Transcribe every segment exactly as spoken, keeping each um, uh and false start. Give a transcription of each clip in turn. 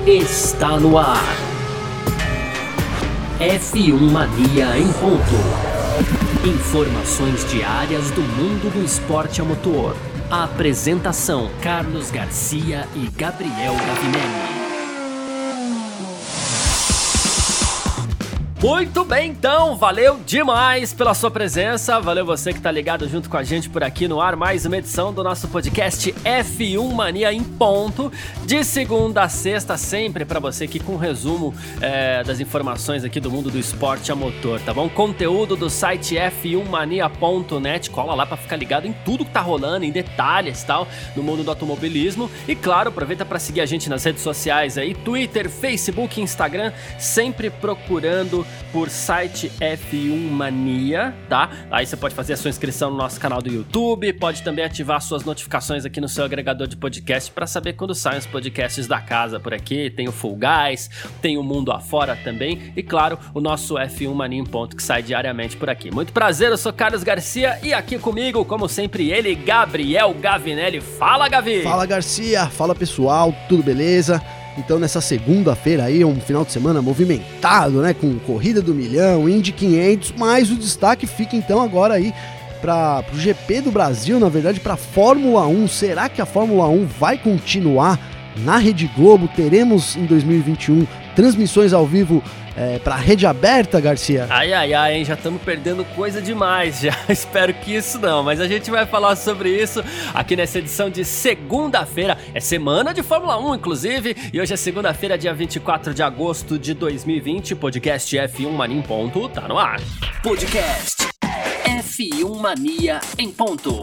está no ar. F um Mania em ponto. Informações diárias do mundo do esporte a motor. A apresentação: Carlos Garcia e Gabriel Gavinelli. Muito bem, então, valeu demais pela sua presença, valeu você que tá ligado junto com a gente por aqui no ar, mais uma edição do nosso podcast F um Mania em ponto, de segunda a sexta, sempre pra você aqui com um resumo é, das informações aqui do mundo do esporte a motor, tá bom? Conteúdo do site f um mania ponto net, cola lá pra ficar ligado em tudo que tá rolando, em detalhes e tal, no mundo do automobilismo, e claro, aproveita pra seguir a gente nas redes sociais aí, Twitter, Facebook, Instagram, sempre procurando por site F um Mania, tá? Aí você pode fazer a sua inscrição no nosso canal do YouTube, pode também ativar suas notificações aqui no seu agregador de podcast para saber quando saem os podcasts da casa por aqui. Tem o Full Guys, tem o Mundo Afora também e, claro, o nosso F um Mania em ponto que sai diariamente por aqui. Muito prazer, eu sou Carlos Garcia e aqui comigo, como sempre, ele, Gabriel Gavinelli. Fala, Gavi! Fala, Garcia! Fala, pessoal! Tudo beleza? Então nessa segunda-feira aí, um final de semana movimentado, né, com Corrida do Milhão, Indy quinhentos, mas o destaque fica então agora aí para o G P do Brasil, na verdade para a Fórmula um. Será que a Fórmula um vai continuar na Rede Globo? Teremos em dois mil e vinte e um transmissões ao vivo é, para a rede aberta, Garcia? Ai, ai, ai, hein? Já estamos perdendo coisa demais, já. Espero que isso não, mas a gente vai falar sobre isso aqui nessa edição de segunda-feira. É semana de Fórmula um, inclusive, e hoje é segunda-feira, dia vinte e quatro de agosto de dois mil e vinte. Podcast F um Mania em ponto tá no ar. Podcast F um Mania em ponto.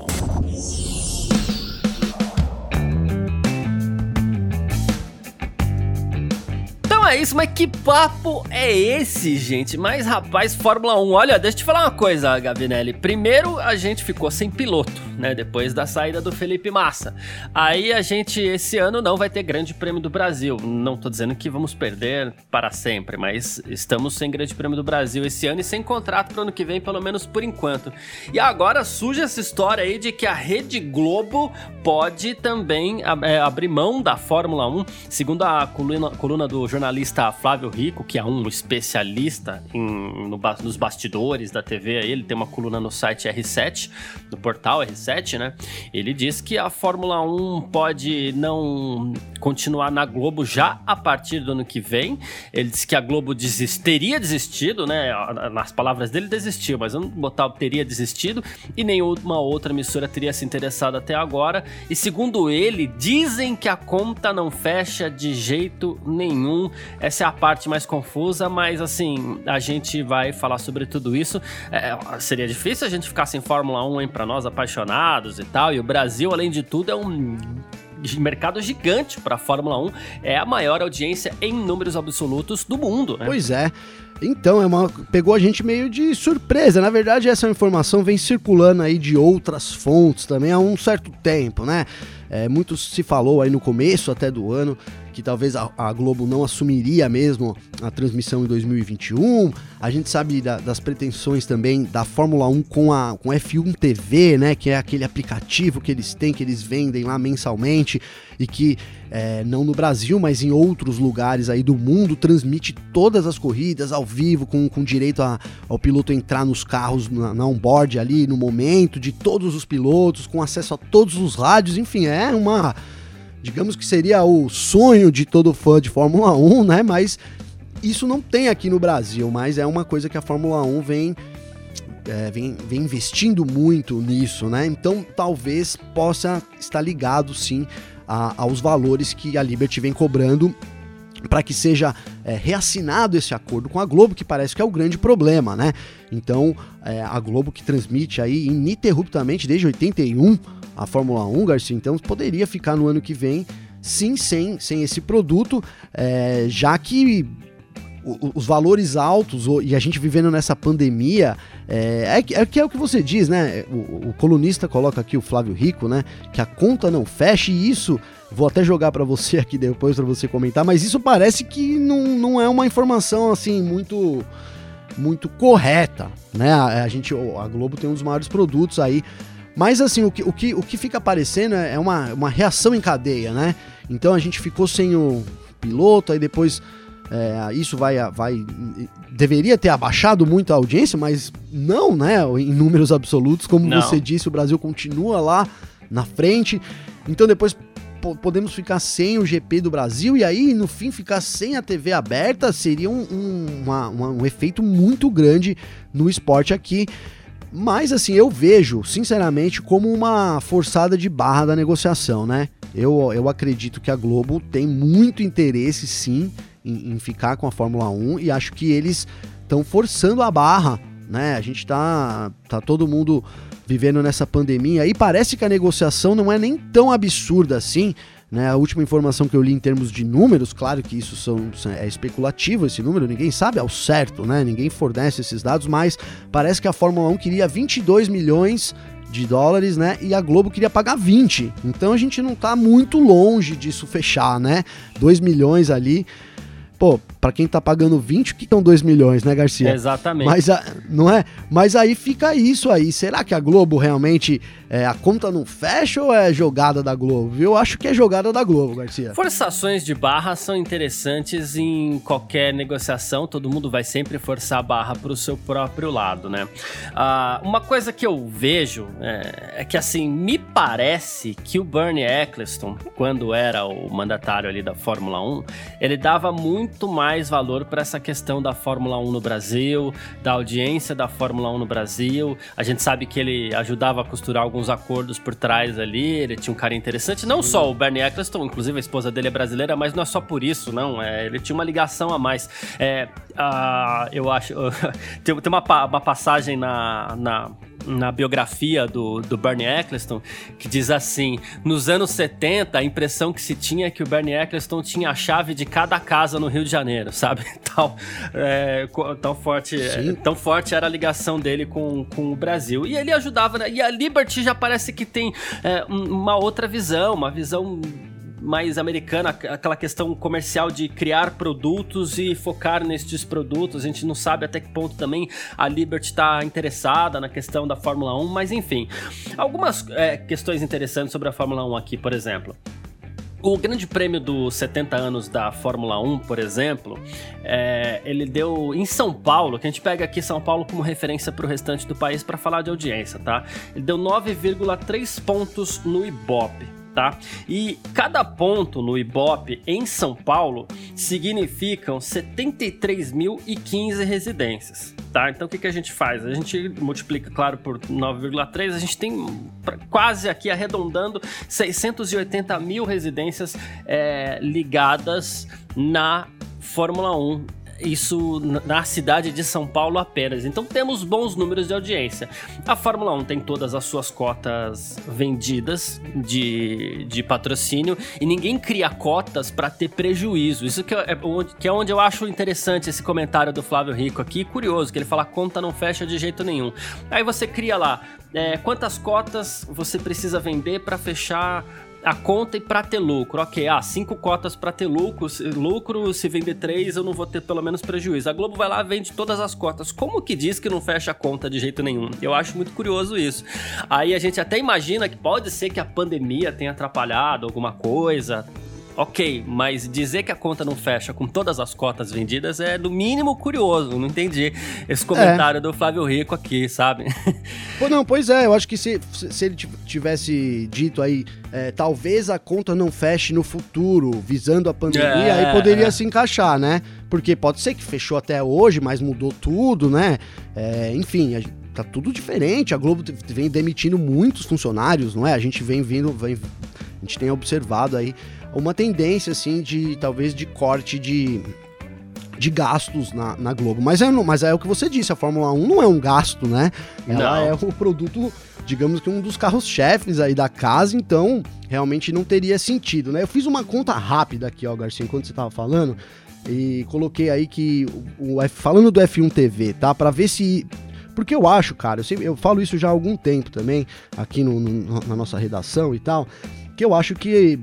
É isso, mas que papo é esse, gente? Mas, rapaz, Fórmula um, olha, deixa eu te falar uma coisa, Gavinelli. Primeiro, a gente ficou sem piloto, né? Depois da saída do Felipe Massa. Aí a gente, esse ano, não vai ter Grande Prêmio do Brasil. Não tô dizendo que vamos perder para sempre, mas estamos sem Grande Prêmio do Brasil esse ano e sem contrato pro ano que vem, pelo menos por enquanto. E agora surge essa história aí de que a Rede Globo pode também é, abrir mão da Fórmula um, segundo a coluna, coluna do jornalista Flávio Rico, que é um especialista em, no, nos bastidores da T V, ele tem uma coluna no site R sete, no portal R sete, né? Ele diz que a Fórmula um pode não continuar na Globo já a partir do ano que vem. Ele disse que a Globo desist, teria desistido, né? Nas palavras dele, desistiu, mas vamos botar teria desistido e nenhuma outra emissora teria se interessado até agora. E segundo ele, dizem que a conta não fecha de jeito nenhum. Essa é a parte mais confusa, mas assim, a gente vai falar sobre tudo isso. É, seria difícil a gente ficar sem Fórmula um, hein, pra nós apaixonados e tal, e o Brasil, além de tudo, é um mercado gigante para a Fórmula um, é a maior audiência em números absolutos do mundo, né? Pois é. Então, é uma, pegou a gente meio de surpresa. Na verdade, essa informação vem circulando aí de outras fontes também há um certo tempo, né? É, muito se falou aí no começo até do ano que talvez a, a Globo não assumiria mesmo a transmissão em dois mil e vinte e um. A gente sabe da, das pretensões também da Fórmula um com a com F um T V, né? Que é aquele aplicativo que eles têm, que eles vendem lá mensalmente e que é, não no Brasil, mas em outros lugares aí do mundo, transmite todas as corridas ao vivo, com, com direito a, ao piloto entrar nos carros na, na onboard ali no momento, de todos os pilotos, com acesso a todos os rádios, enfim, é uma... digamos que seria o sonho de todo fã de Fórmula um, né? Mas isso não tem aqui no Brasil, mas é uma coisa que a Fórmula um vem, é, vem, vem investindo muito nisso, né? Então talvez possa estar ligado, sim, a, aos valores que a Liberty vem cobrando para que seja é, reassinado esse acordo com a Globo, que parece que é o grande problema, né? Então, é, a Globo que transmite aí ininterruptamente desde oitenta e um a Fórmula um, Garcia, então poderia ficar no ano que vem, sim, sem, sem esse produto, é, já que os valores altos, e a gente vivendo nessa pandemia, é, é, é que é o que você diz, né? O, o colunista coloca aqui, o Flávio Rico, né? Que a conta não fecha, e isso, vou até jogar para você aqui depois para você comentar, mas isso parece que não, não é uma informação assim muito, muito correta, né? A, a, gente, a Globo tem um dos maiores produtos aí, mas assim, o que, o que, o que fica aparecendo é uma, uma reação em cadeia, né? Então a gente ficou sem o... piloto, aí depois é, isso vai, vai... Deveria ter abaixado muito a audiência, mas não, né? Em números absolutos, como não. Você disse, o Brasil continua lá na frente. Então depois podemos ficar sem o G P do Brasil e aí, no fim, ficar sem a T V aberta seria um, um, uma, uma, um efeito muito grande no esporte aqui. Mas, assim, eu vejo, sinceramente, como uma forçada de barra da negociação, né? Eu, eu acredito que a Globo tem muito interesse, sim, em, em ficar com a Fórmula um e acho que eles estão forçando a barra, né? A gente tá, tá todo mundo vivendo nessa pandemia e parece que a negociação não é nem tão absurda assim, né? A última informação que eu li em termos de números, claro que isso são, é especulativo esse número, ninguém sabe ao certo, né? Ninguém fornece esses dados, mas parece que a Fórmula um queria vinte e dois milhões de dólares, né? E a Globo queria pagar vinte. Então a gente não tá muito longe disso fechar, né? dois milhões ali. Pô, pra quem tá pagando vinte, o que são dois milhões, né, Garcia? Exatamente. Mas, a, não é? Mas aí fica isso aí. Será que a Globo realmente, é, a conta não fecha ou é jogada da Globo? Eu acho que é jogada da Globo, Garcia. Forçações de barra são interessantes em qualquer negociação. Todo mundo vai sempre forçar a barra pro seu próprio lado, né? Ah, uma coisa que eu vejo é, é que, assim, me parece que o Bernie Ecclestone, quando era o mandatário ali da Fórmula um, ele dava muito muito mais valor para essa questão da Fórmula um no Brasil, da audiência da Fórmula um no Brasil. A gente sabe que ele ajudava a costurar alguns acordos por trás ali, ele tinha um cara interessante, não só o Bernie Ecclestone, inclusive a esposa dele é brasileira, mas não é só por isso, não, é, ele tinha uma ligação a mais. É, uh, eu acho, uh, tem, tem uma, uma passagem na... na na biografia do, do Bernie Ecclestone, que diz assim: nos anos setenta, a impressão que se tinha é que o Bernie Ecclestone tinha a chave de cada casa no Rio de Janeiro, sabe? Tal, é, tão, forte, é, tão forte era a ligação dele com, com o Brasil. E ele ajudava, né? E a Liberty já parece que tem é, uma outra visão, uma visão mais americana, aquela questão comercial de criar produtos e focar nestes produtos. A gente não sabe até que ponto também a Liberty está interessada na questão da Fórmula um, mas enfim. Algumas é, questões interessantes sobre a Fórmula um aqui, por exemplo. O grande prêmio dos setenta anos da Fórmula um, por exemplo, é, ele deu em São Paulo, que a gente pega aqui São Paulo como referência para o restante do país para falar de audiência, tá? Ele deu nove vírgula três pontos no Ibope. Tá? E cada ponto no Ibope em São Paulo significam setenta e três mil e quinze residências, tá? Então o que, que a gente faz? A gente multiplica, claro, por nove vírgula três, a gente tem quase aqui arredondando seiscentos e oitenta mil residências é, ligadas na Fórmula um. Isso na cidade de São Paulo apenas. Então temos bons números de audiência. A Fórmula um tem todas as suas cotas vendidas de, de patrocínio e ninguém cria cotas para ter prejuízo. Isso que é, que é onde eu acho interessante esse comentário do Flávio Rico aqui, curioso, que ele fala: a conta não fecha de jeito nenhum. Aí você cria lá é, quantas cotas você precisa vender para fechar a conta e para ter lucro. Ok, ah, cinco cotas para ter lucro, se, lucro, se vender três eu não vou ter pelo menos prejuízo. A Globo vai lá e vende todas as cotas. Como que diz que não fecha a conta de jeito nenhum? Eu acho muito curioso isso. Aí a gente até imagina que pode ser que a pandemia tenha atrapalhado alguma coisa. Ok, mas dizer que a conta não fecha com todas as cotas vendidas é no mínimo curioso. Não entendi esse comentário é. do Flávio Rico aqui, sabe? Pô, não, pois é, eu acho que se, se ele tivesse dito aí, é, talvez a conta não feche no futuro, visando a pandemia, é. aí poderia se encaixar, né? Porque pode ser que fechou até hoje, mas mudou tudo, né? É, enfim, a, tá tudo diferente. A Globo vem demitindo muitos funcionários, não é? A gente vem vindo, vem, a gente tem observado aí uma tendência, assim, de talvez de corte de, de gastos na, na Globo. Mas é, mas é o que você disse, a Fórmula um não é um gasto, né? Ela não. É o produto, digamos que um dos carros-chefes aí da casa, então realmente não teria sentido, né? Eu fiz uma conta rápida aqui, ó, Garcia, enquanto você tava falando, e coloquei aí que, o, o falando do F um T V, tá? Pra ver se... Porque eu acho, cara, eu, sempre, eu falo isso já há algum tempo também, aqui no, no, na nossa redação e tal, que eu acho que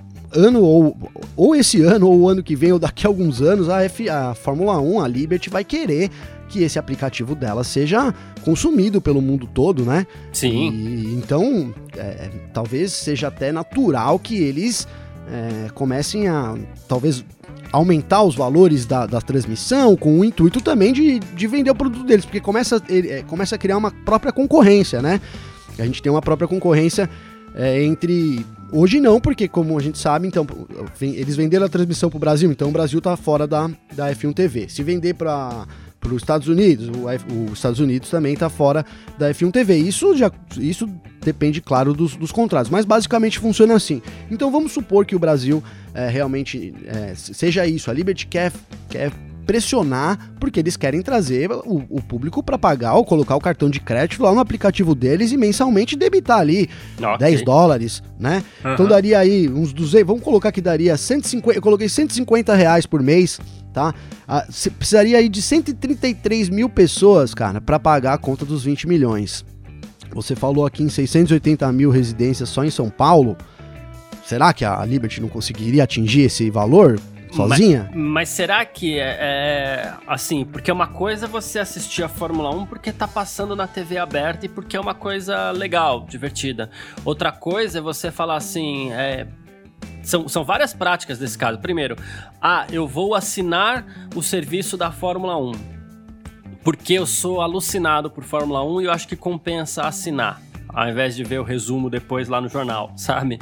ano ou, ou esse ano ou o ano que vem ou daqui a alguns anos a, F, a Fórmula um, a Liberty vai querer que esse aplicativo dela seja consumido pelo mundo todo, né? Sim. E, então, é, talvez seja até natural que eles é, comecem a, talvez, aumentar os valores da, da transmissão com o intuito também de, de vender o produto deles, porque começa, ele, começa a criar uma própria concorrência, né? A gente tem uma própria concorrência é, entre... Hoje não, porque como a gente sabe, então eles venderam a transmissão para o Brasil, então o Brasil está fora da, da F um T V. Se vender para os Estados Unidos, os Estados Unidos também está fora da F um T V. Isso, já, isso depende, claro, dos, dos contratos, mas basicamente funciona assim. Então vamos supor que o Brasil é, realmente é, seja isso, a Liberty quer... quer pressionar, porque eles querem trazer o, o público para pagar ou colocar o cartão de crédito lá no aplicativo deles e mensalmente debitar ali okay. dez dólares, né? Uhum. Então daria aí uns duzentos, vamos colocar que daria cento e cinquenta, eu coloquei cento e cinquenta reais por mês, tá? Ah, precisaria aí de cento e trinta e três mil pessoas, cara, para pagar a conta dos vinte milhões. Você falou aqui em seiscentos e oitenta mil residências só em São Paulo. Será que a Liberty não conseguiria atingir esse valor? Sozinha? Mas, mas será que é, é assim, porque uma coisa é você assistir a Fórmula um porque tá passando na T V aberta e porque é uma coisa legal, divertida. Outra coisa é você falar assim, é, são, são várias práticas desse caso. Primeiro, ah, eu vou assinar o serviço da Fórmula um porque eu sou alucinado por Fórmula um e eu acho que compensa assinar, ao invés de ver o resumo depois lá no jornal, sabe?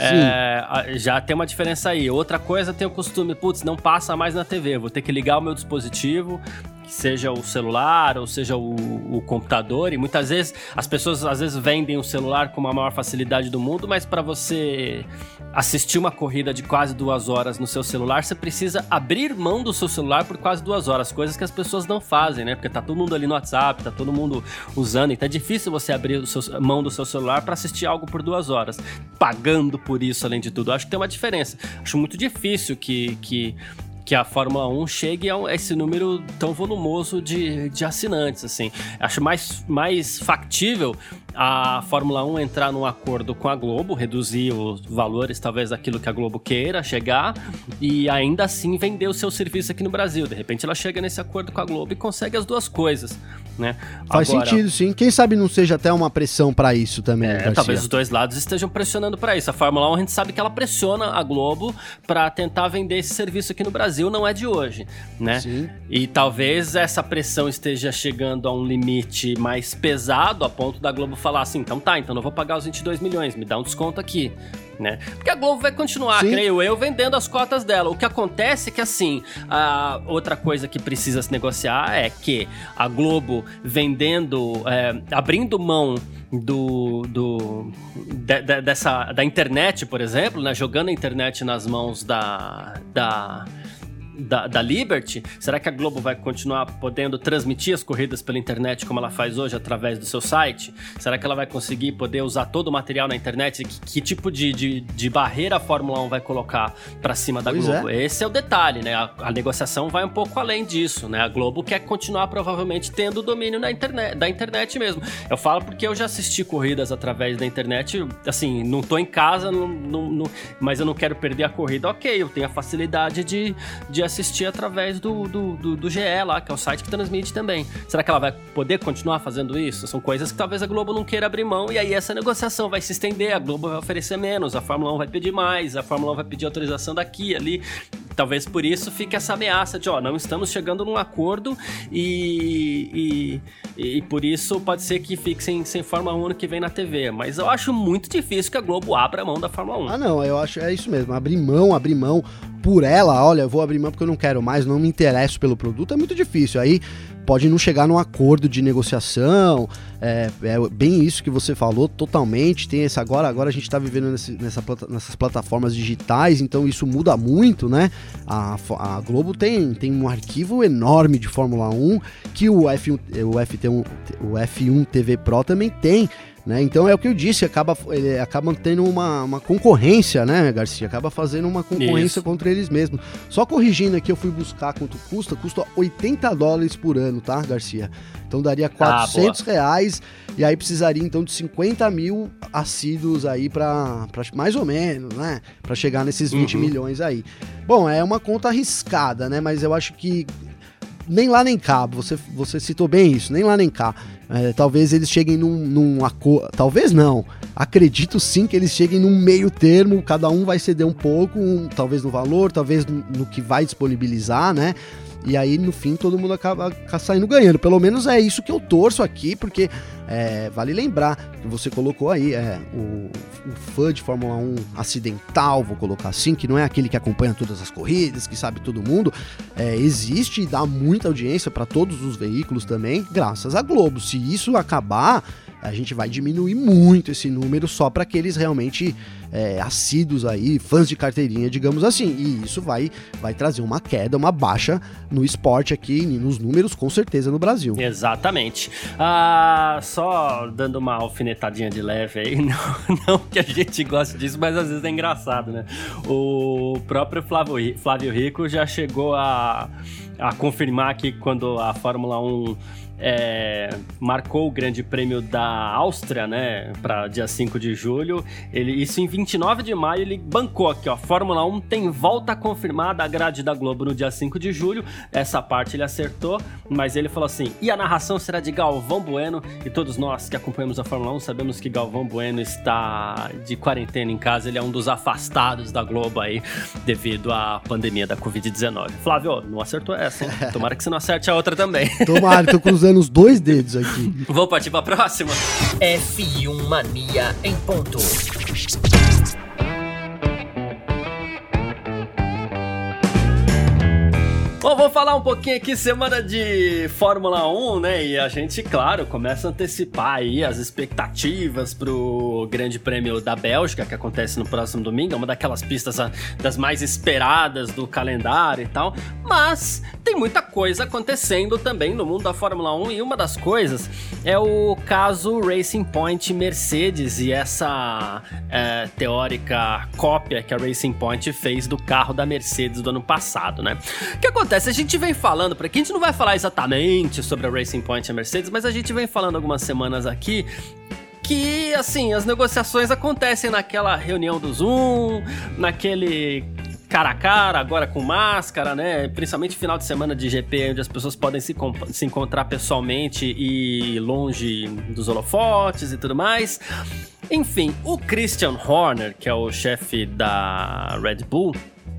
É, já tem uma diferença aí. Outra coisa, tem o costume, putz, não passa mais na T V, vou ter que ligar o meu dispositivo, que seja o celular ou seja o, o computador, e muitas vezes as pessoas às vezes vendem o celular com a maior facilidade do mundo, mas para você assistir uma corrida de quase duas horas no seu celular, você precisa abrir mão do seu celular por quase duas horas, coisas que as pessoas não fazem, né? Porque tá todo mundo ali no WhatsApp, tá todo mundo usando, então é difícil você abrir o seu, mão do seu celular para assistir algo por duas horas, pagando por isso, além de tudo. Eu acho que tem uma diferença. Acho muito difícil que... que que a Fórmula um chegue a esse número tão volumoso de, de assinantes, assim. Acho mais, mais factível a Fórmula um entrar num acordo com a Globo, reduzir os valores, talvez, daquilo que a Globo queira chegar, e ainda assim vender o seu serviço aqui no Brasil. De repente ela chega nesse acordo com a Globo e consegue as duas coisas, né? Faz Agora, sentido, sim. Quem sabe não seja até uma pressão para isso também, é, talvez os dois lados estejam pressionando para isso. A Fórmula um, a gente sabe que ela pressiona a Globo para tentar vender esse serviço aqui no Brasil. Não é de hoje, né? Sim. E talvez essa pressão esteja chegando a um limite mais pesado, a ponto da Globo falar assim, então tá, então não vou pagar os vinte e dois milhões, me dá um desconto aqui, né? Porque a Globo vai continuar, Sim. creio eu, vendendo as cotas dela. O que acontece é que, assim, a outra coisa que precisa se negociar é que a Globo vendendo, é, abrindo mão do, do de, de, dessa, da internet, por exemplo, né? Jogando a internet nas mãos da... da Da, da Liberty, será que a Globo vai continuar podendo transmitir as corridas pela internet como ela faz hoje através do seu site? Será que ela vai conseguir poder usar todo o material na internet? Que, que tipo de, de, de barreira a Fórmula um vai colocar pra cima da pois Globo? É. Esse é o detalhe, né? A, a negociação vai um pouco além disso, né? A Globo quer continuar provavelmente tendo domínio na internet, da internet mesmo. Eu falo porque eu já assisti corridas através da internet, assim, não tô em casa, não, não, não, mas eu não quero perder a corrida, ok, eu tenho a facilidade de, de assistir através do, do, do, do G E lá, que é o site que transmite também. Será que ela vai poder continuar fazendo isso? São coisas que talvez a Globo não queira abrir mão, e aí essa negociação vai se estender, a Globo vai oferecer menos, a Fórmula um vai pedir mais, a Fórmula um vai pedir autorização daqui, ali. Talvez por isso fique essa ameaça de, ó, não estamos chegando num acordo e, e, e por isso pode ser que fique sem, sem Fórmula um ano que vem na T V. Mas eu acho muito difícil que a Globo abra mão da Fórmula um. Ah, não, eu acho, é isso mesmo, abrir mão, abrir mão por ela, olha, eu vou abrir mão porque eu não quero mais, não me interesso pelo produto, é muito difícil. Aí pode não chegar num acordo de negociação, é, é bem isso que você falou, totalmente. Tem esse agora, agora a gente tá vivendo nesse, nessa, nessas plataformas digitais, então isso muda muito, né? A, a Globo tem, tem um arquivo enorme de Fórmula um que o F um, o F T um, o F um T V Pro também tem. Né? Então é o que eu disse, acaba, ele acaba tendo uma, uma concorrência, né, Garcia? Acaba fazendo uma concorrência Isso. contra eles mesmos. Só corrigindo aqui, eu fui buscar quanto custa, custa oitenta dólares por ano, tá, Garcia? Então daria quatrocentos reais, e aí precisaria então de cinquenta mil assíduos aí pra, pra mais ou menos, né? Pra chegar nesses vinte uhum. milhões aí. Bom, é uma conta arriscada, né? Mas eu acho que nem lá nem cá, você, você citou bem isso, nem lá nem cá. É, talvez eles cheguem num, num acordo, talvez não, acredito sim que eles cheguem num meio termo, cada um vai ceder um pouco, um, talvez no valor, talvez no, no que vai disponibilizar, né? E aí, no fim, todo mundo acaba saindo ganhando. Pelo menos é isso que eu torço aqui, porque é, vale lembrar que você colocou aí é, o, o fã de Fórmula um acidental, vou colocar assim, que não é aquele que acompanha todas as corridas, que sabe todo mundo. É, existe e dá muita audiência para todos os veículos também, graças à Globo. Se isso acabar, a gente vai diminuir muito esse número só para aqueles realmente é, assíduos aí, fãs de carteirinha, digamos assim, e isso vai, vai trazer uma queda, uma baixa no esporte aqui, nos números, com certeza, no Brasil. Exatamente. Ah, só dando uma alfinetadinha de leve aí, não, não que a gente goste disso, mas às vezes é engraçado, né? O próprio Flávio, Flávio Rico já chegou a, a confirmar que quando a Fórmula um É, marcou o Grande Prêmio da Áustria, né, para dia cinco de julho, ele, isso em vinte e nove de maio, ele bancou aqui, ó, Fórmula um tem volta confirmada a grade da Globo no dia cinco de julho, essa parte ele acertou, mas ele falou assim, e a narração será de Galvão Bueno, e todos nós que acompanhamos a Fórmula um sabemos que Galvão Bueno está de quarentena em casa, ele é um dos afastados da Globo aí, devido à pandemia da covid dezenove. Flávio, não acertou essa, hein? Tomara que você não acerte a outra também. Tomara, tô cruzando os dois dedos aqui. Vou partir pra próxima. F um Mania em ponto. Bom, vou falar um pouquinho aqui, semana de Fórmula um, né, e a gente, claro, começa a antecipar aí as expectativas pro Grande Prêmio da Bélgica, que acontece no próximo domingo, é uma daquelas pistas das mais esperadas do calendário e tal, mas tem muita coisa acontecendo também no mundo da Fórmula um, e uma das coisas é o caso Racing Point Mercedes e essa é, teórica cópia que a Racing Point fez do carro da Mercedes do ano passado, né? O que acontece? A gente vem falando, por aqui a gente não vai falar exatamente sobre a Racing Point e a Mercedes, mas a gente vem falando algumas semanas aqui que, assim, as negociações acontecem naquela reunião do Zoom, naquele cara a cara, agora com máscara, né? Principalmente final de semana de G P, onde as pessoas podem se, se encontrar pessoalmente e longe dos holofotes e tudo mais. Enfim, o Christian Horner, que é o chefe da Red Bull,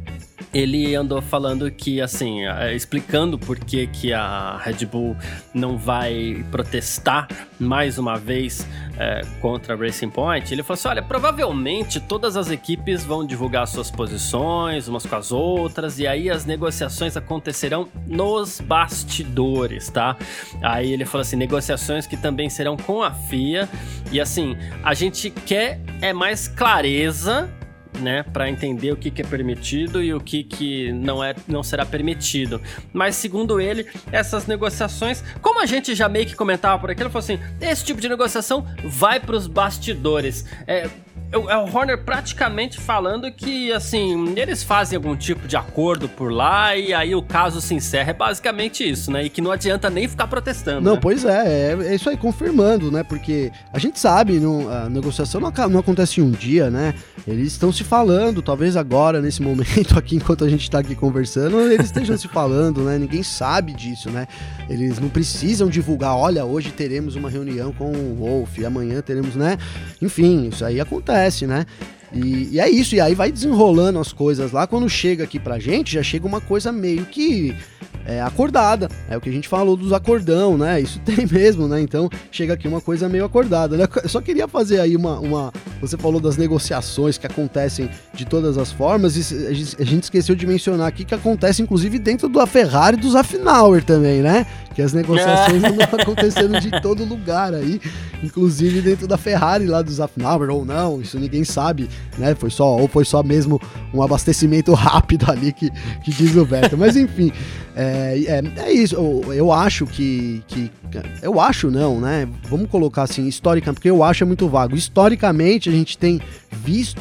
ele andou falando que, assim, explicando por que que a Red Bull não vai protestar mais uma vez é, contra a Racing Point. Ele falou assim, olha, provavelmente todas as equipes vão divulgar suas posições umas com as outras, e aí as negociações acontecerão nos bastidores, tá? Aí ele falou assim, negociações que também serão com a F I A, e assim, a gente quer é mais clareza, né, para entender o que, que é permitido e o que, que não, é, não será permitido. Mas, segundo ele, essas negociações, como a gente já meio que comentava por aqui, ele falou assim, esse tipo de negociação vai para os bastidores. É, é o Horner praticamente falando que, assim, eles fazem algum tipo de acordo por lá e aí o caso se encerra. É basicamente isso, né? E que não adianta nem ficar protestando. Não, né? Pois é, é, é isso aí, confirmando, né? Porque a gente sabe, não, a negociação não, não acontece em um dia, né? Eles estão se falando, talvez agora, nesse momento aqui, enquanto a gente tá aqui conversando, eles estejam se falando, né? Ninguém sabe disso, né? Eles não precisam divulgar, olha, hoje teremos uma reunião com o Wolff, amanhã teremos, né? Enfim, isso aí acontece, né? E, e é isso, e aí vai desenrolando as coisas lá, quando chega aqui pra gente, já chega uma coisa meio que é, acordada, é o que a gente falou dos acordão, né, isso tem mesmo, né, então chega aqui uma coisa meio acordada, né, eu só queria fazer aí uma, uma, você falou das negociações que acontecem de todas as formas, e a gente esqueceu de mencionar aqui que acontece inclusive dentro da Ferrari e do Zafnauer também, né, que as negociações andam acontecendo de todo lugar aí, inclusive dentro da Ferrari lá do Zafnauer, ou não, isso ninguém sabe, né, foi só, ou foi só mesmo um abastecimento rápido ali que, que diz o Vettel, mas enfim, é, é, é isso, eu, eu acho que, que, eu acho não, né, vamos colocar assim, historicamente, porque eu acho é muito vago, historicamente a gente tem visto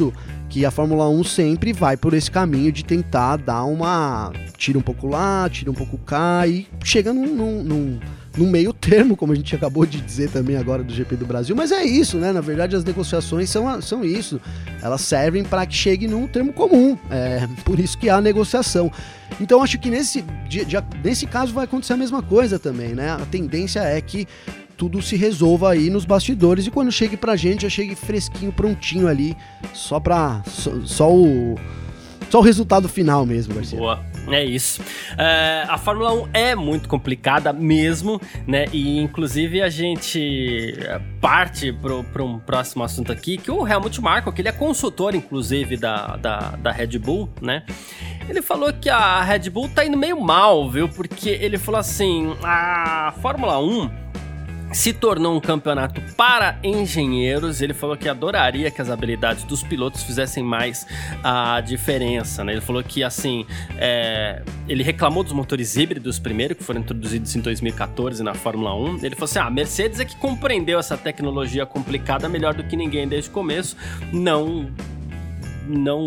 que a Fórmula um sempre vai por esse caminho de tentar dar uma... tira um pouco lá, tira um pouco cá e chega num, num, num, num meio termo, como a gente acabou de dizer também agora do G P do Brasil, mas é isso, né? Na verdade as negociações são, são isso, elas servem para que chegue num termo comum, é por isso que há negociação. Então acho que nesse, de, de, nesse caso vai acontecer a mesma coisa também, né? A tendência é que tudo se resolva aí nos bastidores e quando chegue pra gente, já chegue fresquinho, prontinho ali, só pra, só, só o só o resultado final mesmo, Garcia. Boa, é isso. É, a Fórmula um é muito complicada mesmo, né, e inclusive a gente parte para um próximo assunto aqui, que o Helmut Marko, que ele é consultor inclusive da, da, da Red Bull, né, ele falou que a Red Bull tá indo meio mal, viu, porque ele falou assim, a Fórmula um se tornou um campeonato para engenheiros. Ele falou que adoraria que as habilidades dos pilotos fizessem mais a diferença, né? Ele falou que, assim, é... ele reclamou dos motores híbridos primeiro, que foram introduzidos em dois mil e catorze na Fórmula um. Ele falou assim, ah, a Mercedes é que compreendeu essa tecnologia complicada melhor do que ninguém desde o começo. Não... Não...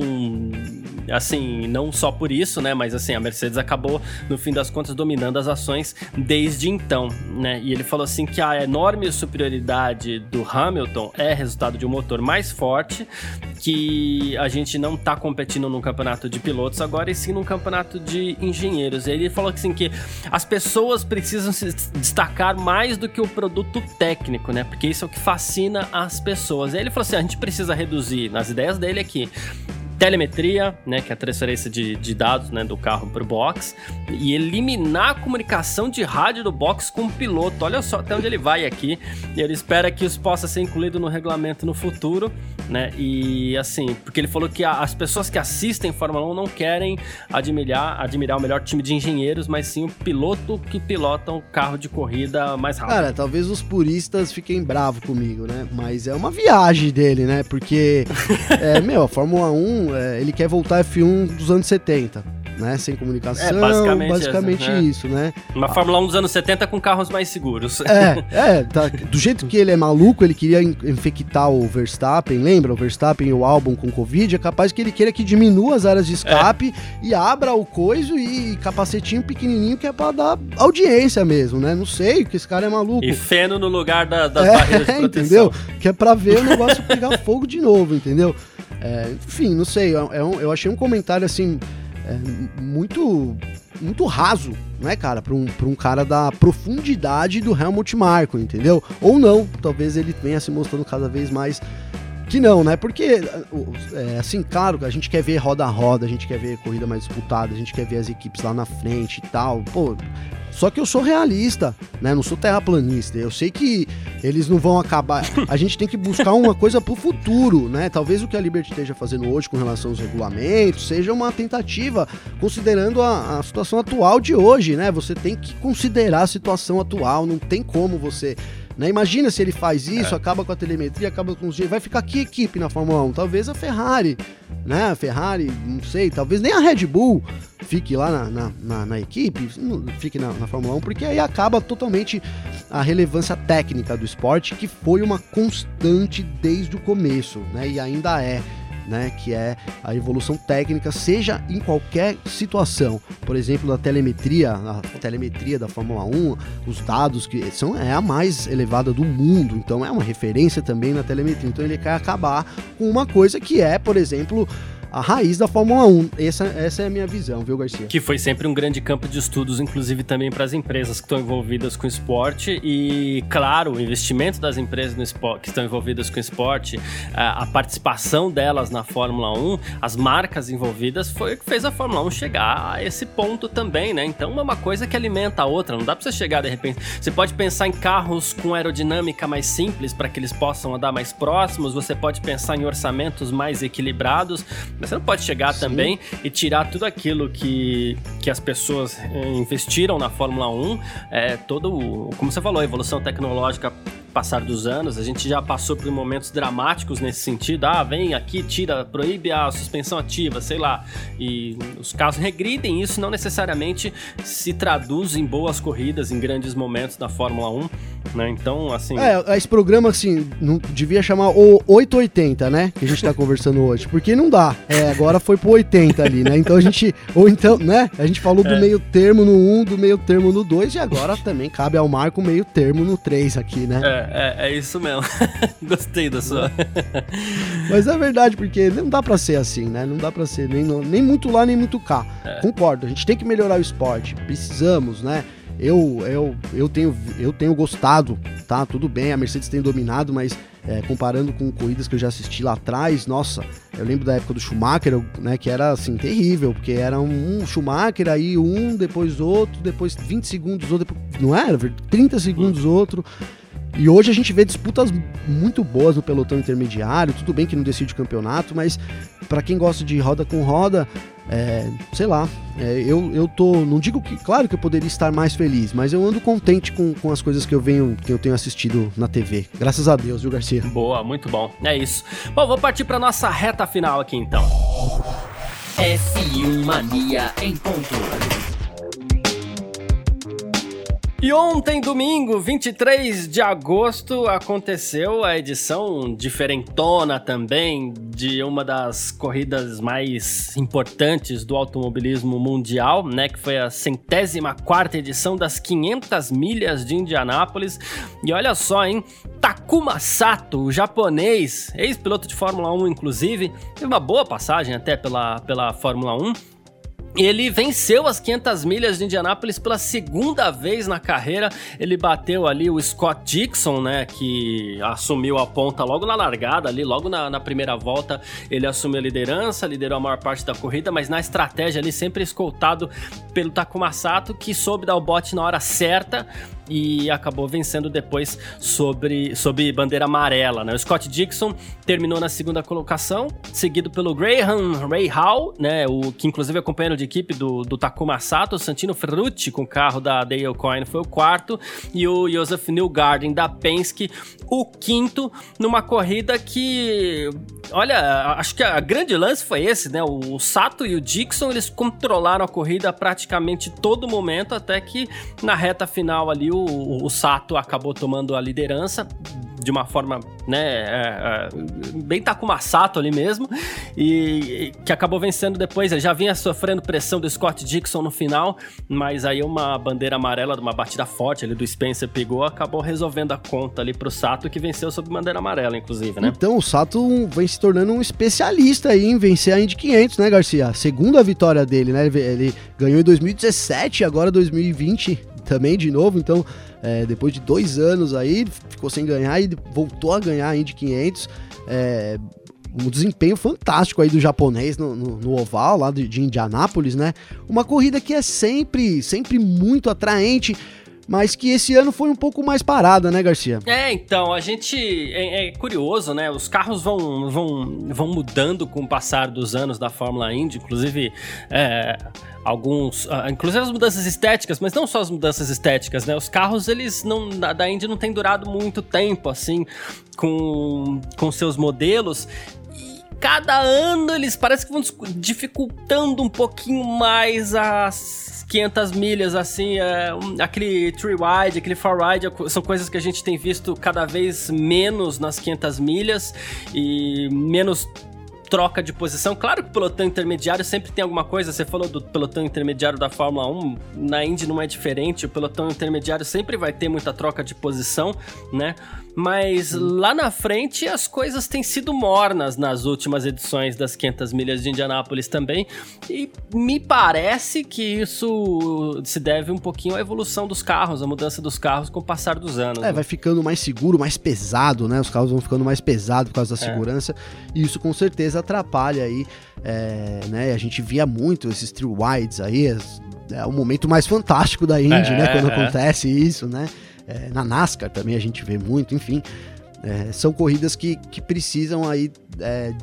assim, não só por isso, né, mas assim, a Mercedes acabou, no fim das contas, dominando as ações desde então, né, e ele falou assim que a enorme superioridade do Hamilton é resultado de um motor mais forte, que a gente não tá competindo num campeonato de pilotos agora, e sim num campeonato de engenheiros. E ele falou assim que as pessoas precisam se destacar mais do que o produto técnico, né, porque isso é o que fascina as pessoas. E aí ele falou assim, a gente precisa reduzir, nas ideias dele aqui, telemetria, né, que é a transferência de, de dados, né, do carro para o box, e eliminar a comunicação de rádio do box com o piloto. Olha só até onde ele vai aqui, e ele espera que isso possa ser incluído no regulamento no futuro, né, e assim, porque ele falou que a, as pessoas que assistem Fórmula um não querem admirar, admirar o melhor time de engenheiros, mas sim o piloto que pilota um carro de corrida mais rápido. Cara, talvez os puristas fiquem bravos comigo, né, mas é uma viagem dele, né, porque, é, meu, a Fórmula um, é, ele quer voltar a F um dos anos setenta, né? Sem comunicação, é, basicamente, basicamente essa, né? Isso, né? Uma ah. Fórmula um dos anos setenta com carros mais seguros. É, é, tá, do jeito que ele é maluco, ele queria infectar o Verstappen, lembra? O Verstappen e o Albon com Covid, é capaz que ele queira que diminua as áreas de escape é. e abra o coiso e capacetinho pequenininho que é pra dar audiência mesmo, né? Não sei, que esse cara é maluco. E feno no lugar da, das é, barreiras de proteção. Entendeu? Que é pra ver o negócio pegar fogo de novo, entendeu? É, enfim, não sei, eu, eu achei um comentário assim, é, muito, muito raso, né, cara, pra um, pra um cara da profundidade do Helmut Marko, entendeu? Ou não, talvez ele venha se mostrando cada vez mais que não, né, porque, é, assim, claro, a gente quer ver roda a roda, a gente quer ver corrida mais disputada, a gente quer ver as equipes lá na frente e tal, pô... Só que eu sou realista, né? Não sou terraplanista. Eu sei que eles não vão acabar. A gente tem que buscar uma coisa pro futuro, né? Talvez o que a Liberty esteja fazendo hoje com relação aos regulamentos seja uma tentativa, considerando a, a situação atual de hoje, né? Você tem que considerar a situação atual. Não tem como você... Né? Imagina se ele faz isso, é. acaba com a telemetria, acaba com os dias, vai ficar que equipe na Fórmula um? Talvez a Ferrari, né? A Ferrari, não sei, talvez nem a Red Bull fique lá na, na, na, na equipe, fique na, na Fórmula um, porque aí acaba totalmente a relevância técnica do esporte, que foi uma constante desde o começo, né? E ainda é. Né, que é a evolução técnica, seja em qualquer situação, por exemplo, da telemetria, a telemetria da Fórmula um, os dados que são é a mais elevada do mundo, então é uma referência também na telemetria, então ele quer acabar com uma coisa que é, por exemplo, a raiz da Fórmula um. Essa, essa é a minha visão, viu, Garcia? Que foi sempre um grande campo de estudos, inclusive também para as empresas que estão envolvidas com o esporte e, claro, o investimento das empresas no esporte, que estão envolvidas com o esporte, a, a participação delas na Fórmula um, as marcas envolvidas, foi o que fez a Fórmula um chegar a esse ponto também, né? Então é uma coisa que alimenta a outra, não dá para você chegar de repente. Você pode pensar em carros com aerodinâmica mais simples para que eles possam andar mais próximos, você pode pensar em orçamentos mais equilibrados, mas você não pode chegar Sim. também e tirar tudo aquilo que, que as pessoas investiram na Fórmula um, é, todo, como você falou, a evolução tecnológica passar dos anos, a gente já passou por momentos dramáticos nesse sentido, ah, vem aqui, tira, proíbe a suspensão ativa, sei lá, e os carros regridem, isso não necessariamente se traduz em boas corridas, em grandes momentos da Fórmula um, né, então, assim... É, esse programa, assim, não devia chamar o oito oitenta, né, que a gente tá conversando hoje, porque não dá, é, agora foi pro oitenta ali, né, então a gente, ou então, né, a gente falou do é. meio termo no um, do meio termo no dois, e agora também cabe ao Marco meio termo no três aqui, né. É, é, é isso mesmo. Gostei da sua. Mas é verdade, porque não dá pra ser assim, né? Não dá pra ser nem, nem muito lá, nem muito cá. É. Concordo, a gente tem que melhorar o esporte. Precisamos, né? Eu, eu, eu, tenho, eu tenho gostado, tá? Tudo bem, a Mercedes tem dominado, mas é, comparando com corridas que eu já assisti lá atrás, nossa, eu lembro da época do Schumacher, né? Que era, assim, terrível, porque era um, um Schumacher, aí um, depois outro, depois vinte segundos outro, depois, não era? trinta segundos outro... E hoje a gente vê disputas muito boas no pelotão intermediário, tudo bem que não decide o campeonato, mas para quem gosta de roda com roda, é, sei lá, é, eu, eu tô, não digo que, claro que eu poderia estar mais feliz, mas eu ando contente com, com as coisas que eu venho, que eu tenho assistido na T V, graças a Deus, viu, Garcia? Boa, muito bom, é isso. Bom, vou partir para nossa reta final aqui então. F um Mania em ponto. E ontem, domingo, vinte e três de agosto, aconteceu a edição diferentona também de uma das corridas mais importantes do automobilismo mundial, né, que foi a centésima quarta edição das quinhentas milhas de Indianápolis. E olha só, hein, Takuma Sato, o japonês, ex-piloto de Fórmula um inclusive, teve uma boa passagem até pela, pela Fórmula um. Ele venceu as quinhentas milhas de Indianápolis pela segunda vez na carreira. Ele bateu ali o Scott Dixon, né, que assumiu a ponta logo na largada, ali logo na, na primeira volta. Ele assumiu a liderança, liderou a maior parte da corrida, mas na estratégia ali sempre escoltado pelo Takuma Sato, que soube dar o bote na hora certa e acabou vencendo depois sobre, sobre bandeira amarela, né? O Scott Dixon terminou na segunda colocação, seguido pelo Graham Rahal, né? O que inclusive é companheiro de equipe do, do Takuma Sato. O Santino Ferrucci, com o carro da Dale Coyne, foi o quarto, e o Joseph Newgarden da Penske, o quinto, numa corrida que, olha, acho que a grande lance foi esse, né? O, o Sato e o Dixon, eles controlaram a corrida praticamente todo momento, até que na reta final ali o O, o Sato acabou tomando a liderança de uma forma, né, é, é, bem Takuma Sato ali mesmo, e, e que acabou vencendo depois. Ele já vinha sofrendo pressão do Scott Dixon no final, mas aí uma bandeira amarela, uma batida forte ali do Spencer pegou, acabou resolvendo a conta ali pro Sato, que venceu sob bandeira amarela, inclusive, né? Então o Sato vem se tornando um especialista aí em vencer a Indy quinhentos, né, Garcia? A segunda vitória dele, né? Ele, ele ganhou em dois mil e dezessete, agora dois mil e vinte também de novo, então é, depois de dois anos aí, ficou sem ganhar e voltou a ganhar a Indy quinhentos, é, um desempenho fantástico aí do japonês no, no, no oval lá de, de Indianápolis, né? Uma corrida que é sempre, sempre muito atraente, mas que esse ano foi um pouco mais parada, né, Garcia? É, então, a gente... É, é curioso, né? Os carros vão, vão, vão mudando com o passar dos anos da Fórmula Indy, inclusive... É, alguns... Uh, inclusive as mudanças estéticas, mas não só as mudanças estéticas, né? Os carros, eles não... Da Indy não tem durado muito tempo, assim, com, com seus modelos... Cada ano eles parecem que vão dificultando um pouquinho mais as quinhentas milhas, assim, é, um, aquele three wide, aquele four wide, são coisas que a gente tem visto cada vez menos nas quinhentas milhas e menos troca de posição. Claro que o pelotão intermediário sempre tem alguma coisa, você falou do pelotão intermediário da Fórmula um, na Indy não é diferente, o pelotão intermediário sempre vai ter muita troca de posição, né? Mas lá na frente as coisas têm sido mornas nas últimas edições das quinhentas milhas de Indianápolis também, e me parece que isso se deve um pouquinho à evolução dos carros, à mudança dos carros com o passar dos anos. É, né? Vai ficando mais seguro, mais pesado, né? Os carros vão ficando mais pesados por causa da segurança, é. E isso com certeza atrapalha aí, é, né? A gente via muito esses three wides aí, é o momento mais fantástico da Indy, é, né? Quando é. acontece isso, né? É, na NASCAR também a gente vê muito, enfim, é, são corridas que, que precisam aí é,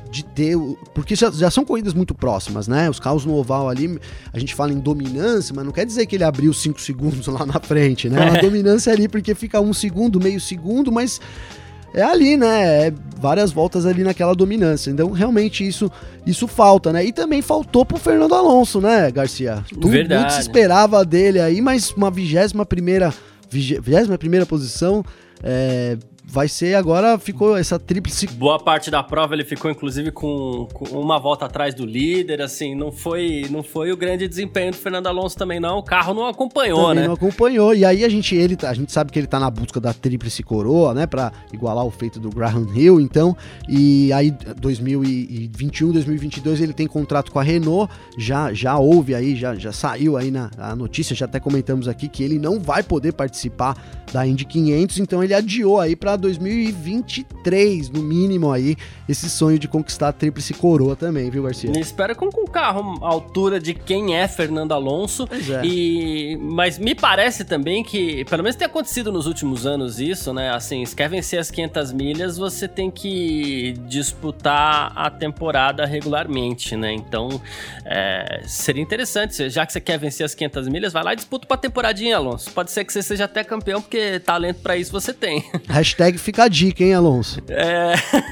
de ter... Porque já, já são corridas muito próximas, né? Os carros no oval ali, a gente fala em dominância, mas não quer dizer que ele abriu cinco segundos lá na frente, né? Uma dominância ali porque fica um segundo, meio segundo, mas é ali, né? É várias voltas ali naquela dominância. Então, realmente, isso, isso falta, né? E também faltou pro Fernando Alonso, né, Garcia? Tudo, Verdade. Muito se esperava dele aí, mas uma vigésima primeira, vigésima primeira posição... É, vai ser agora, ficou essa tríplice... Boa parte da prova ele ficou, inclusive, com, com uma volta atrás do líder, assim, não foi, não foi o grande desempenho do Fernando Alonso também, não. O carro não acompanhou, também né? não acompanhou, e aí a gente, ele, a gente sabe que ele tá na busca da tríplice coroa, né, pra igualar o feito do Graham Hill, então, e aí dois mil e vinte e um, dois mil e vinte e dois ele tem contrato com a Renault, já, já houve aí, já, já saiu aí na a notícia, já até comentamos aqui que ele não vai poder participar da Indy quinhentos, então ele adiou aí pra dois mil e vinte e três, no mínimo aí, esse sonho de conquistar a tríplice coroa também, viu, Garcia? Me espera com um carro à altura de quem é Fernando Alonso, Pois é. e... mas me parece também que, pelo menos tem acontecido nos últimos anos isso, né, assim, se quer vencer as quinhentas milhas, você tem que disputar a temporada regularmente, né, então é, seria interessante, já que você quer vencer as quinhentas milhas, vai lá e disputa pra temporadinha, Alonso, pode ser que você seja até campeão, porque talento pra isso você tem. Hashtag fica a dica, hein, Alonso? É...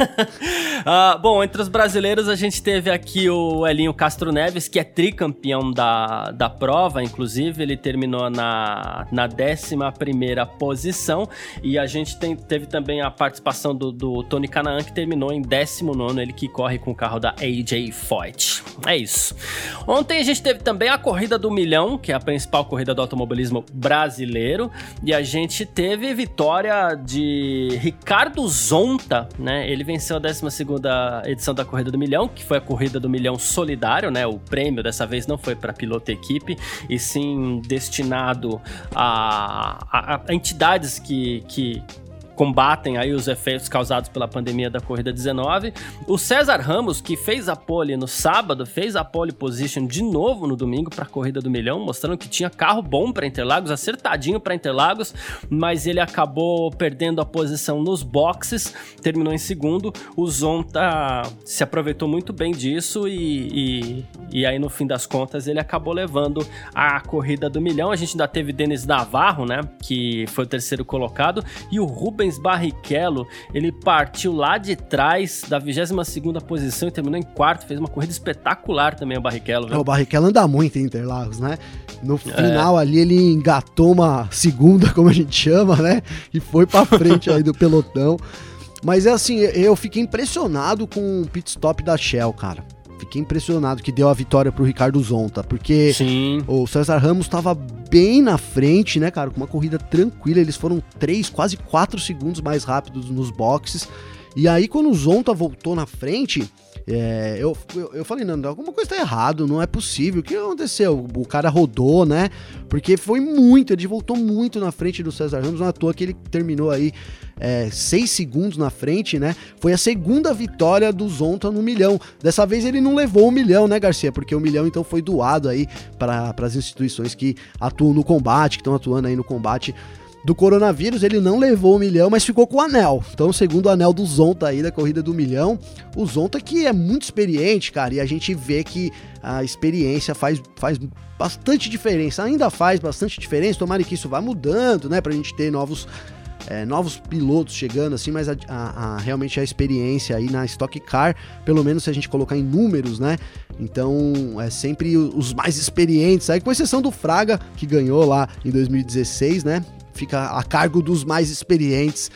ah, bom, entre os brasileiros a gente teve aqui o Elinho Castro Neves, que é tricampeão da, da prova, inclusive ele terminou na, na décima primeira posição, e a gente tem, teve também a participação do, do Tony Kanaan, que terminou em décimo nono, ele que corre com o carro da A J Foyt. É isso. Ontem a gente teve também a corrida do milhão, que é a principal corrida do automobilismo brasileiro, e a gente teve vitória de Ricardo Zonta, né? Ele venceu a décima segunda edição da corrida do milhão, que foi a corrida do milhão solidário, né? O prêmio dessa vez não foi para piloto e equipe, e sim destinado a, a, a entidades que, que combatem aí os efeitos causados pela pandemia da corrida dezenove. O César Ramos, que fez a pole no sábado, fez a pole position de novo no domingo para a corrida do milhão, mostrando que tinha carro bom para Interlagos, acertadinho para Interlagos, mas ele acabou perdendo a posição nos boxes, terminou em segundo. O Zonta se aproveitou muito bem disso e, e, e aí no fim das contas ele acabou levando a corrida do milhão. A gente ainda teve Denis Navarro, né, que foi o terceiro colocado, e o Rubens Barrichello, ele partiu lá de trás da vigésima segunda posição e terminou em quarto, fez uma corrida espetacular também o Barrichello, viu? O Barrichello anda muito em Interlagos, né? No final é. ali ele engatou uma segunda, como a gente chama, né? E foi pra frente aí do pelotão. Mas é assim, eu fiquei impressionado com o pit stop da Shell, cara. Fiquei impressionado que deu a vitória pro Ricardo Zonta, porque Sim. o César Ramos estava bem na frente, né, cara, com uma corrida tranquila, eles foram três, quase quatro segundos mais rápidos nos boxes, e aí quando o Zonta voltou na frente, é, eu, eu, eu falei, não, alguma coisa tá errado, não é possível, o que aconteceu? O cara rodou, né, porque foi muito, ele voltou muito na frente do César Ramos, não é à toa que ele terminou aí É, seis segundos na frente, né? Foi a segunda vitória do Zonta no milhão. Dessa vez ele não levou o milhão, né, Garcia? Porque o milhão então foi doado aí para as instituições que atuam no combate, que estão atuando aí no combate do coronavírus. Ele não levou o milhão, mas ficou com o anel. Então, segundo o anel do Zonta aí da corrida do milhão, o Zonta que é muito experiente, cara, e a gente vê que a experiência faz, faz bastante diferença, ainda faz bastante diferença. Tomara que isso vá mudando, né, pra gente ter novos É, novos pilotos chegando assim, mas a, a, a, realmente a experiência aí na Stock Car, pelo menos se a gente colocar em números, né, então é sempre os mais experientes, aí com exceção do Fraga, que ganhou lá em dois mil e dezesseis, né, fica a cargo dos mais experientes,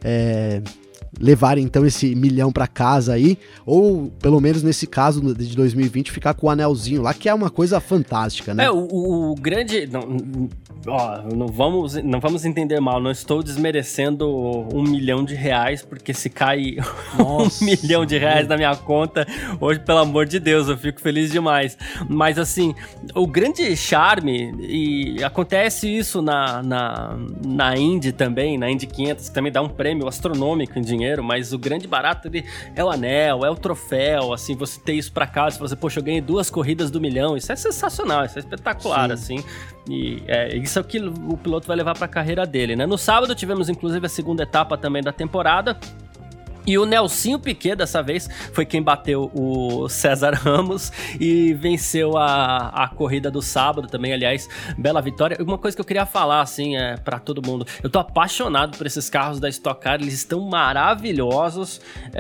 é, levarem então esse milhão para casa aí, ou pelo menos nesse caso de dois mil e vinte ficar com o anelzinho lá, que é uma coisa fantástica, né? É, o, o, o grande... Não, ó, não vamos, não vamos entender mal, não estou desmerecendo um milhão de reais, porque se cai Nossa, um milhão de reais na minha conta, hoje, pelo amor de Deus, eu fico feliz demais. Mas assim, o grande charme, e acontece isso na, na, na Indy também, na Indy quinhentos, que também dá um prêmio astronômico em dinheiro, mas o grande barato ali é o anel, é o troféu, assim, você ter isso pra casa, você, poxa, eu ganhei duas corridas do milhão, isso é sensacional, isso é espetacular, Sim. assim, e é, isso é o que o piloto vai levar pra carreira dele, né? No sábado tivemos, inclusive, a segunda etapa também da temporada, E o Nelsinho Piquet, dessa vez, foi quem bateu o César Ramos e venceu a, a corrida do sábado também, aliás, bela vitória. Uma coisa que eu queria falar, assim, é, pra todo mundo, eu tô apaixonado por esses carros da Stock Car, eles estão maravilhosos,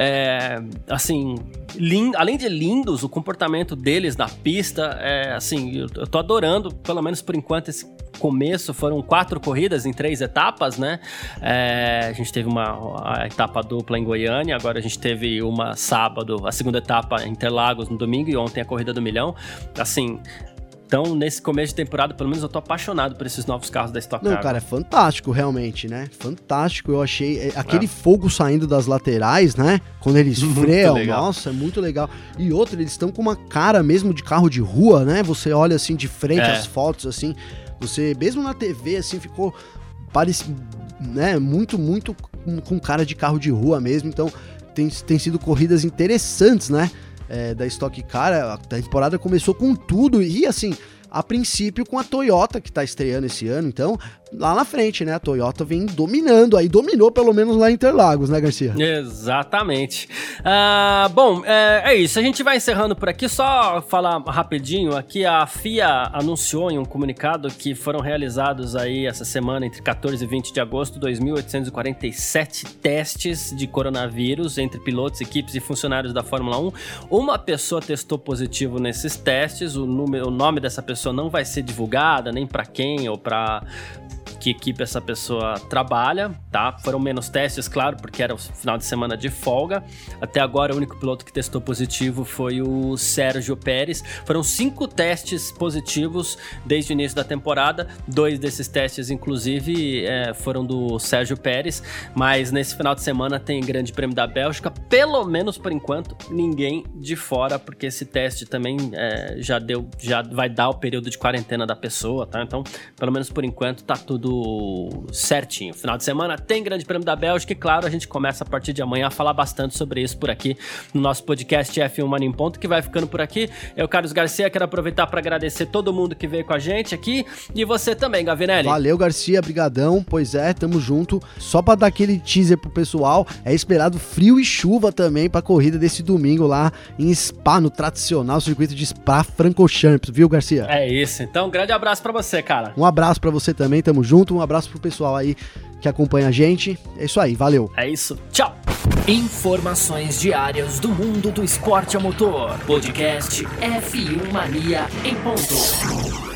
é, assim, lin, além de lindos, o comportamento deles na pista, é, assim, eu, eu tô adorando, pelo menos por enquanto, esse começo, foram quatro corridas em três etapas, né? É, a gente teve uma a etapa dupla em Goiânia, agora a gente teve uma sábado, a segunda etapa em Interlagos no domingo e ontem a corrida do milhão. Assim, então nesse começo de temporada, pelo menos eu tô apaixonado por esses novos carros da Stock Car. Não, cara, é fantástico realmente, né? Fantástico, eu achei aquele é. fogo saindo das laterais, né? Quando eles fream, nossa, é muito legal. E outra, eles estão com uma cara mesmo de carro de rua, né? Você olha assim de frente é. as fotos, assim, você, mesmo na T V, assim, ficou parece, né, muito, muito com, com cara de carro de rua mesmo, então tem, tem sido corridas interessantes, né, é, da Stock Car. A temporada começou com tudo e, assim, a princípio com a Toyota, que tá estreando esse ano, então, lá na frente, né, a Toyota vem dominando, aí dominou pelo menos lá em Interlagos, né, Garcia? Exatamente. Uh, bom, é, é isso, a gente vai encerrando por aqui, só falar rapidinho aqui, a F I A anunciou em um comunicado que foram realizados aí essa semana, entre quatorze e vinte de agosto, dois mil oitocentos e quarenta e sete testes de coronavírus entre pilotos, equipes e funcionários da Fórmula um. Uma pessoa testou positivo nesses testes, o, número, o nome dessa pessoa não vai ser divulgada, nem para quem ou para que equipe essa pessoa trabalha, tá? Foram menos testes, claro, porque era o final de semana de folga. Até agora, o único piloto que testou positivo foi o Sérgio Pérez. Foram cinco testes positivos desde o início da temporada. Dois desses testes, inclusive, é, foram do Sérgio Pérez, mas nesse final de semana tem Grande Prêmio da Bélgica. Pelo menos, por enquanto, ninguém de fora, porque esse teste também é, já deu, já vai dar o período de quarentena da pessoa, tá? Então, pelo menos por enquanto, tá tudo certinho. Final de semana tem Grande Prêmio da Bélgica e, claro, a gente começa a partir de amanhã a falar bastante sobre isso por aqui no nosso podcast F um Mania em Ponto, que vai ficando por aqui. Eu, Carlos Garcia, quero aproveitar para agradecer todo mundo que veio com a gente aqui e você também, Gavinelli. Valeu, Garcia, brigadão. Pois é, tamo junto. Só para dar aquele teaser pro pessoal, é esperado frio e chuva também pra corrida desse domingo lá em Spa, no tradicional circuito de Spa-Francorchamps, viu, Garcia? É isso. Então, um grande abraço para você, cara. Um abraço para você também, tamo junto. Um abraço pro pessoal aí que acompanha a gente. É isso aí, valeu. É isso, tchau. Informações diárias do mundo do esporte a motor. Podcast F um Mania em ponto.